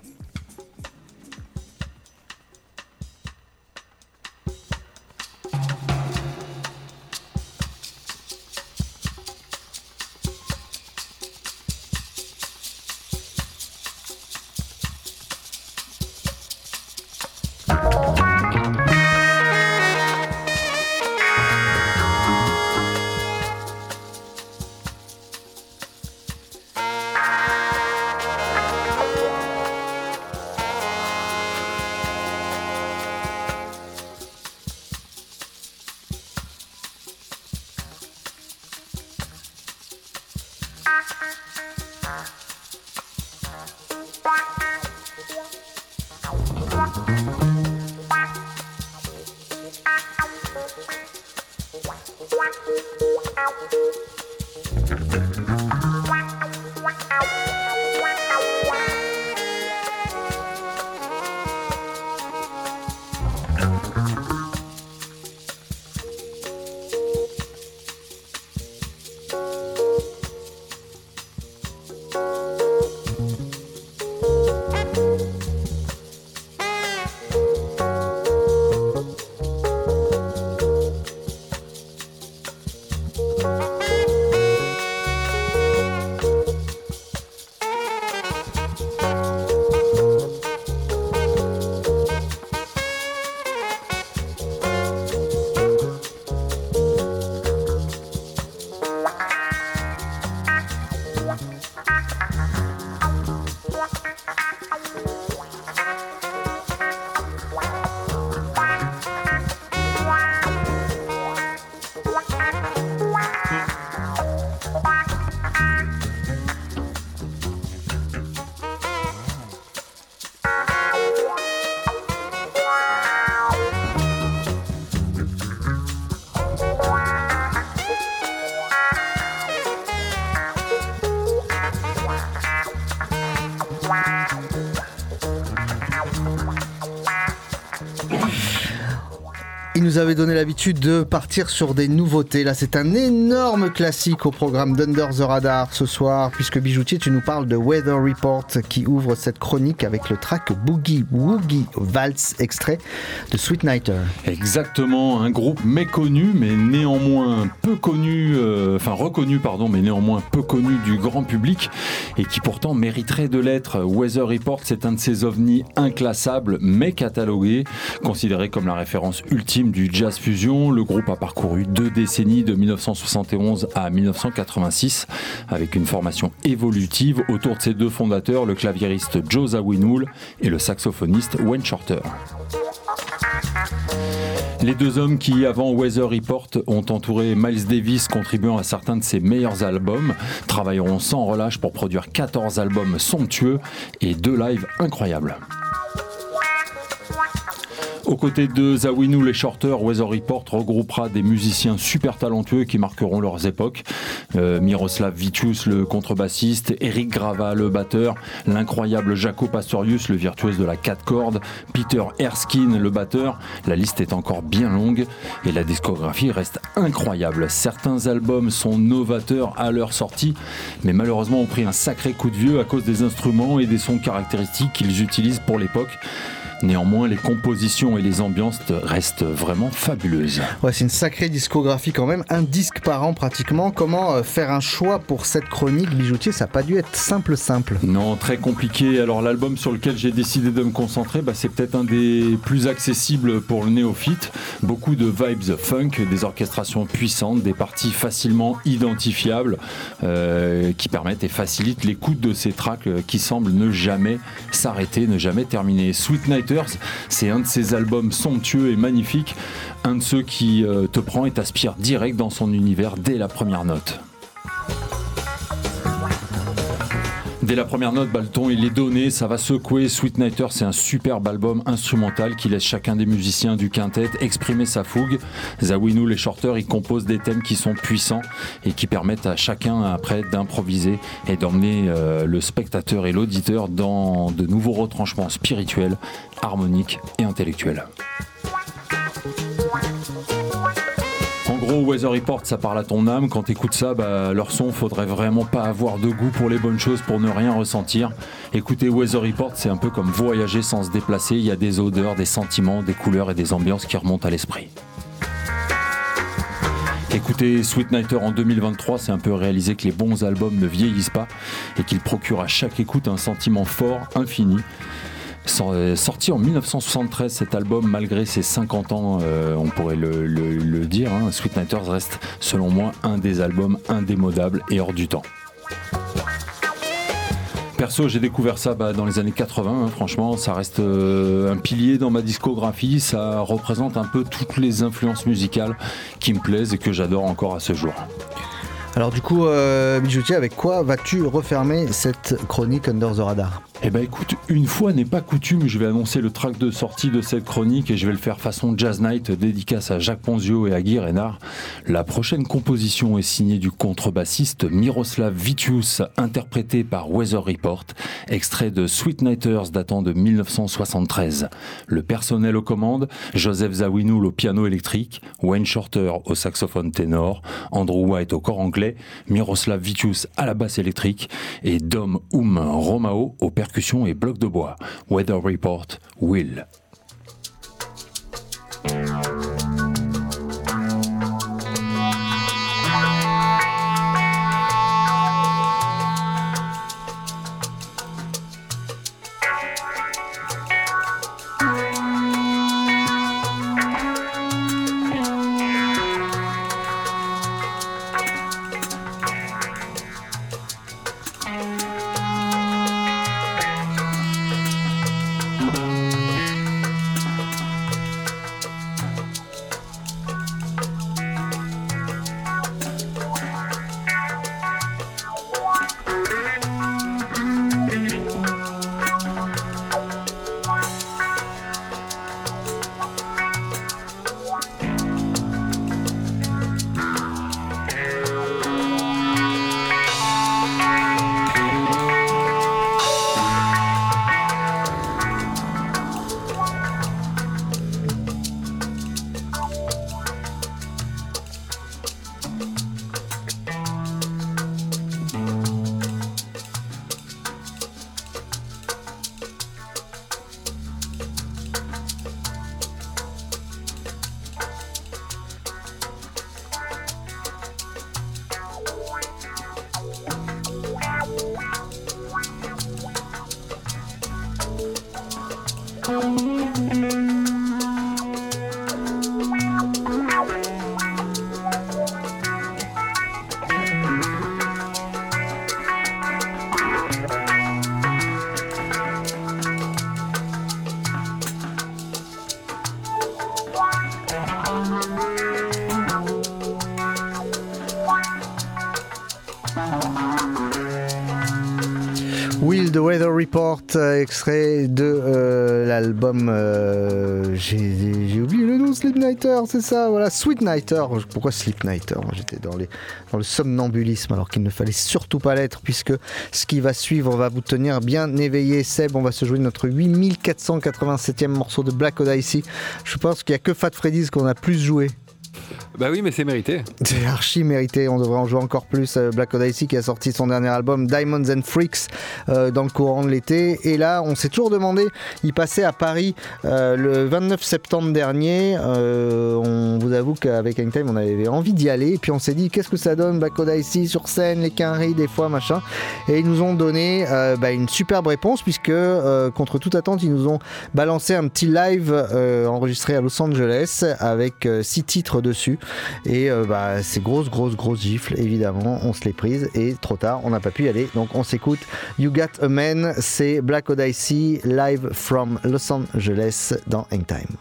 Il nous avait donné l'habitude de partir sur des nouveautés. Là, c'est un énorme classique au programme d'Under the Radar ce soir, puisque Bijoutier, tu nous parles de Weather Report qui ouvre cette chronique avec le track Boogie Woogie Waltz, extrait de Sweet Nighter. Exactement, un groupe méconnu, mais néanmoins peu connu, reconnu, mais néanmoins peu connu du grand public, et qui pourtant mériterait de l'être. Weather Report, c'est un de ces ovnis inclassables, mais catalogués, considéré comme la référence ultime du jazz fusion. Le groupe a parcouru 2 décennies, de 1971 à 1986, avec une formation évolutive autour de ses 2 fondateurs, le claviériste Joe Zawinul et le saxophoniste Wayne Shorter. Les 2 hommes qui, avant Weather Report, ont entouré Miles Davis, contribuant à certains de ses meilleurs albums, travailleront sans relâche pour produire 14 albums somptueux et 2 lives incroyables. Aux côtés de Zawinul et Shorter, Weather Report regroupera des musiciens super talentueux qui marqueront leurs époques. Miroslav Vitius, le contrebassiste, Eric Grava, le batteur, l'incroyable Jaco Pastorius, le virtuose de la 4 cordes, Peter Erskine, le batteur. La liste est encore bien longue et la discographie reste incroyable. Certains albums sont novateurs à leur sortie, mais malheureusement ont pris un sacré coup de vieux à cause des instruments et des sons caractéristiques qu'ils utilisent pour l'époque. Néanmoins, les compositions et les ambiances restent vraiment fabuleuses. Ouais, c'est une sacrée discographie quand même, un disque par an pratiquement. Comment faire un choix pour cette chronique, Bijoutier? Ça n'a pas dû être simple. Non, très compliqué. Alors l'album sur lequel j'ai décidé de me concentrer, c'est peut-être un des plus accessibles pour le néophyte. Beaucoup de vibes funk, des orchestrations puissantes, des parties facilement identifiables qui permettent et facilitent l'écoute de ces tracks qui semblent ne jamais s'arrêter, ne jamais terminer. Sweet Night, c'est un de ces albums somptueux et magnifiques, un de ceux qui te prend et t'aspire direct dans son univers dès la première note. Dès la première note, le ton il est donné, ça va secouer. Sweet Nighter, c'est un superbe album instrumental qui laisse chacun des musiciens du quintet exprimer sa fougue. Zawinul, les Shorters, ils composent des thèmes qui sont puissants et qui permettent à chacun après d'improviser et d'emmener le spectateur et l'auditeur dans de nouveaux retranchements spirituels, harmoniques et intellectuels. En gros, Weather Report, ça parle à ton âme. Quand t'écoutes ça, leur son, faudrait vraiment pas avoir de goût pour les bonnes choses pour ne rien ressentir. Écouter Weather Report, c'est un peu comme voyager sans se déplacer. Il y a des odeurs, des sentiments, des couleurs et des ambiances qui remontent à l'esprit. Écouter Sweet Nighter en 2023, c'est un peu réaliser que les bons albums ne vieillissent pas et qu'ils procurent à chaque écoute un sentiment fort, infini. Sorti en 1973, cet album, malgré ses 50 ans, on pourrait le dire, Sweet Nighters reste selon moi un des albums indémodables et hors du temps. Perso, j'ai découvert ça dans les années 80, franchement, ça reste un pilier dans ma discographie, ça représente un peu toutes les influences musicales qui me plaisent et que j'adore encore à ce jour. Alors du coup, Bijoutier, avec quoi vas-tu refermer cette chronique Under the Radar ? Eh ben écoute, une fois n'est pas coutume, je vais annoncer le track de sortie de cette chronique et je vais le faire façon Jazz Night, dédicace à Jacques Ponzio et à Guy Reynard. La prochaine composition est signée du contrebassiste Miroslav Vitius, interprété par Weather Report, extrait de Sweet Nighters datant de 1973. Le personnel aux commandes, Joseph Zawinul au piano électrique, Wayne Shorter au saxophone ténor, Andrew White au corps anglais, Miroslav Vitius à la basse électrique et Dom Romao au percussion et bloc de bois. Weather Report, Will. Will, The Weather Report, extrait de l'album, j'ai oublié le nom, Sleep Nighter, c'est ça, voilà, Sweet Nighter. Pourquoi Sleep Nighter ? J'étais dans le somnambulisme alors qu'il ne fallait surtout pas l'être, puisque ce qui va suivre va vous tenir bien éveillé. Seb, on va se jouer notre 8487e morceau de Black Odyssey. Je pense qu'il n'y a que Fat Freddy's qu'on a plus joué. Bah oui, mais c'est mérité. C'est archi mérité, on devrait en jouer encore plus. Black Odyssey qui a sorti son dernier album Diamonds and Freaks dans le courant de l'été. Et là, on s'est toujours demandé, il passait à Paris le 29 septembre dernier. On vous avoue qu'avec Hangtime, on avait envie d'y aller. Et puis on s'est dit, qu'est-ce que ça donne Black Odyssey sur scène, les quinries des fois, machin. Et ils nous ont donné une superbe réponse, puisque contre toute attente, ils nous ont balancé un petit live enregistré à Los Angeles avec 6 titres dessus. Et c'est grosse gifle, évidemment, on se l'est prise et trop tard, on n'a pas pu y aller, donc on s'écoute You Got a Man, c'est Black Odyssey live from Los Angeles dans Hangtime.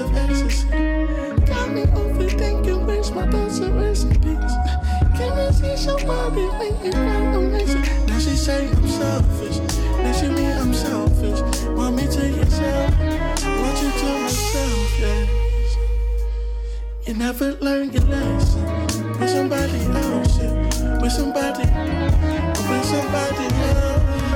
of ecstasy. Got me overthinking, where's my thoughts and recipes? Can I see somebody when you find amazing? Now she say I'm selfish, now she mean I'm selfish. Want me to yourself, want you to myself, yes. You never learn your lesson with somebody else, yeah. With somebody else.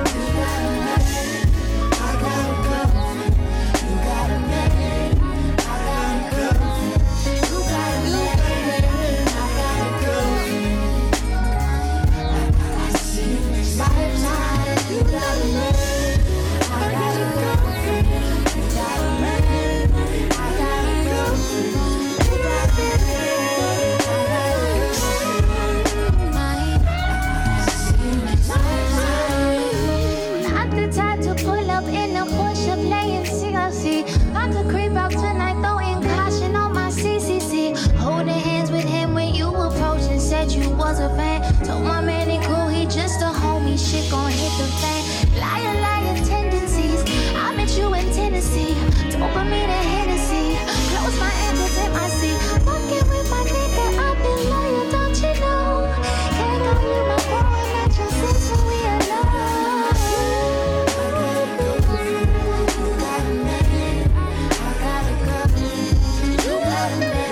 Told my man ain't cool, he just a homie. Shit gon' hit the fan. Liar, liar tendencies. I met you in Tennessee. Dopamine and Hennessy. Close my ankles in my seat. Fucking with my nigga, I've been loyal, don't you know? Can't call you my bro and not your sis when we alone. You got a man, I got a girl. You got a man.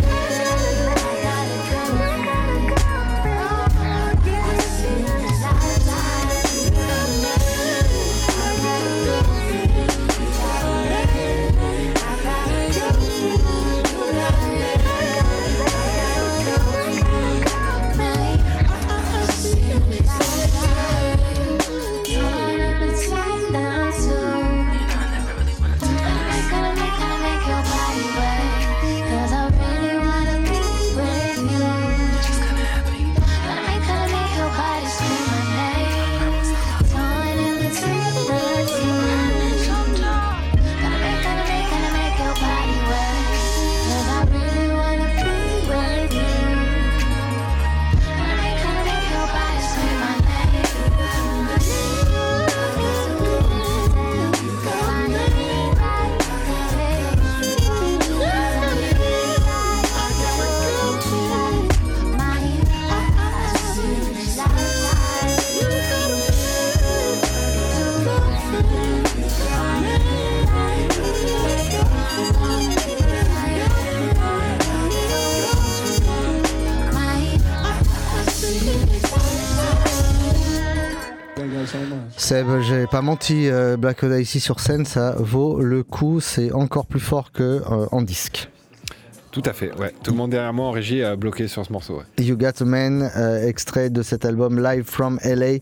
Seb, j'ai pas menti, Black Oda ici sur scène, ça vaut le coup, c'est encore plus fort que en disque. Tout à fait, ouais. Tout le monde derrière moi en régie a bloqué sur ce morceau. Ouais. You Got a Man, extrait de cet album Live from LA,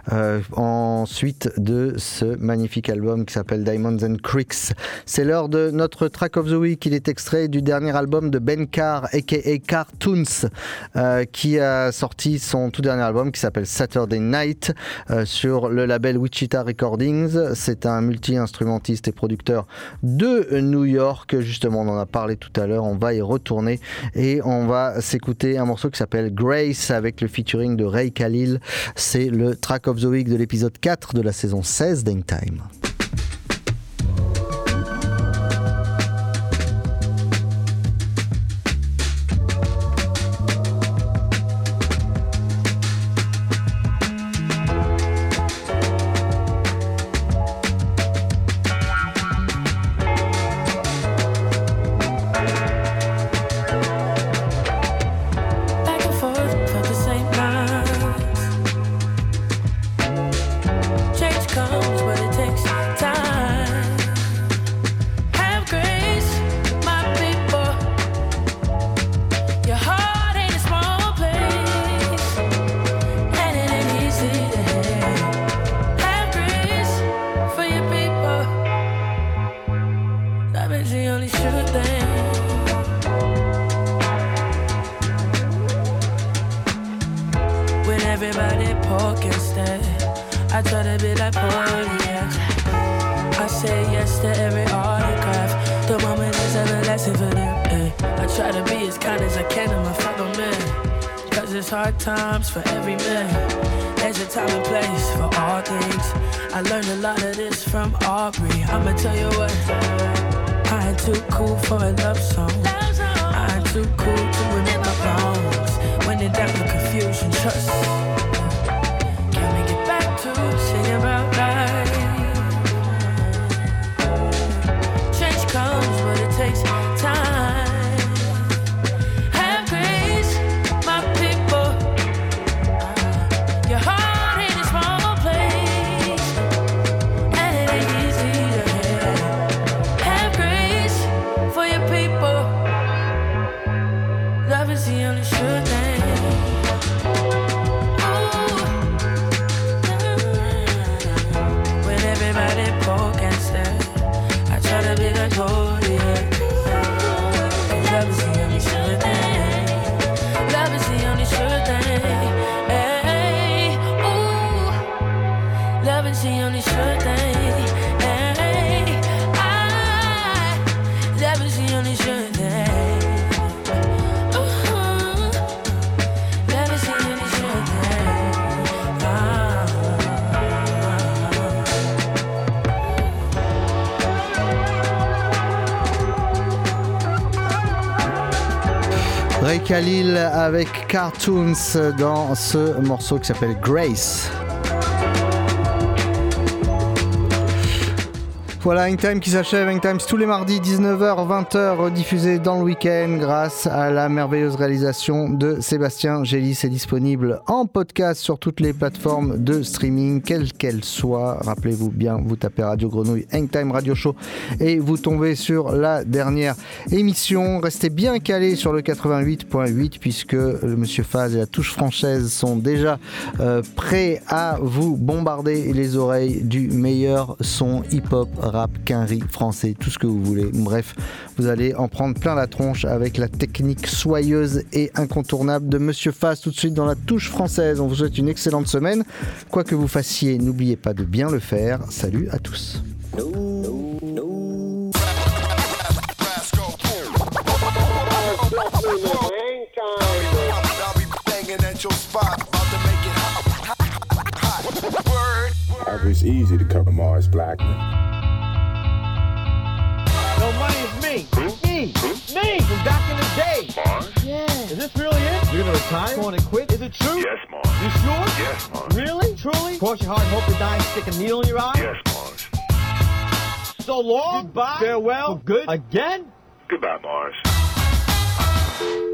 en suite de ce magnifique album qui s'appelle Diamonds and Creeks. C'est l'heure de notre Track of the Week. Il est extrait du dernier album de Ben Carr, aka Cartoons, qui a sorti son tout dernier album qui s'appelle Saturday Night sur le label Wichita Recordings. C'est un multi-instrumentiste et producteur de New York. Justement, on en a parlé tout à l'heure. On va y retourner et on va s'écouter un morceau qui s'appelle Grace avec le featuring de Ray Khalil. C'est le Track of the Week de l'épisode 4 de la saison 16 d'Hangtime. Times for every man. There's a time and place for all things. I learned a lot of this from Aubrey. I'ma tell you what, I had too cool for a love song. I'm too cool to admit my wrongs. When in doubt, the confusion, trust. Can we get back to singing about life? Change comes, but it takes time. Have grace, my people. Your heart ain't a small place, and it ain't easy to have. Have grace for your people. Love is the only sure thing. Ooh. When everybody poke and stare, I try to be like, oh yeah. Love is the only sure thing. Love is the only sure thing. Hey, ooh. Love is the only sure thing. Hey, love is the only sure thing. Love is the only sure thing. Ray Khalil avec Cartoons dans ce morceau qui s'appelle Grace. Voilà, Hangtime qui s'achève. Hangtime tous les mardis 19h, 20h, rediffusé dans le week-end grâce à la merveilleuse réalisation de Sébastien Gélis. C'est disponible en podcast sur toutes les plateformes de streaming, quelles qu'elles soient. Rappelez-vous bien, vous tapez Radio Grenouille, Hangtime Radio Show et vous tombez sur la dernière émission. Restez bien calés sur le 88.8 puisque le Monsieur Faz et la touche française sont déjà prêts à vous bombarder les oreilles du meilleur son hip-hop, rap, quinri, français, tout ce que vous voulez. Bref, vous allez en prendre plein la tronche avec la technique soyeuse et incontournable de Monsieur Faz tout de suite dans la touche française. On vous souhaite une excellente semaine. Quoi que vous fassiez, n'oubliez pas de bien le faire. Salut à tous. It's easy to cover Mars Blackman. No, money is me. Me from back in the day. Mars? Yeah. Is this really it? You're gonna retire? Going to quit? Is it true? Yes, Mars. You sure? Yes, Mars. Really? Truly? Cross your heart and hope to die and stick a needle in your eye? Yes, Mars. So long. Goodbye. Farewell. For good. Again? Goodbye, Mars.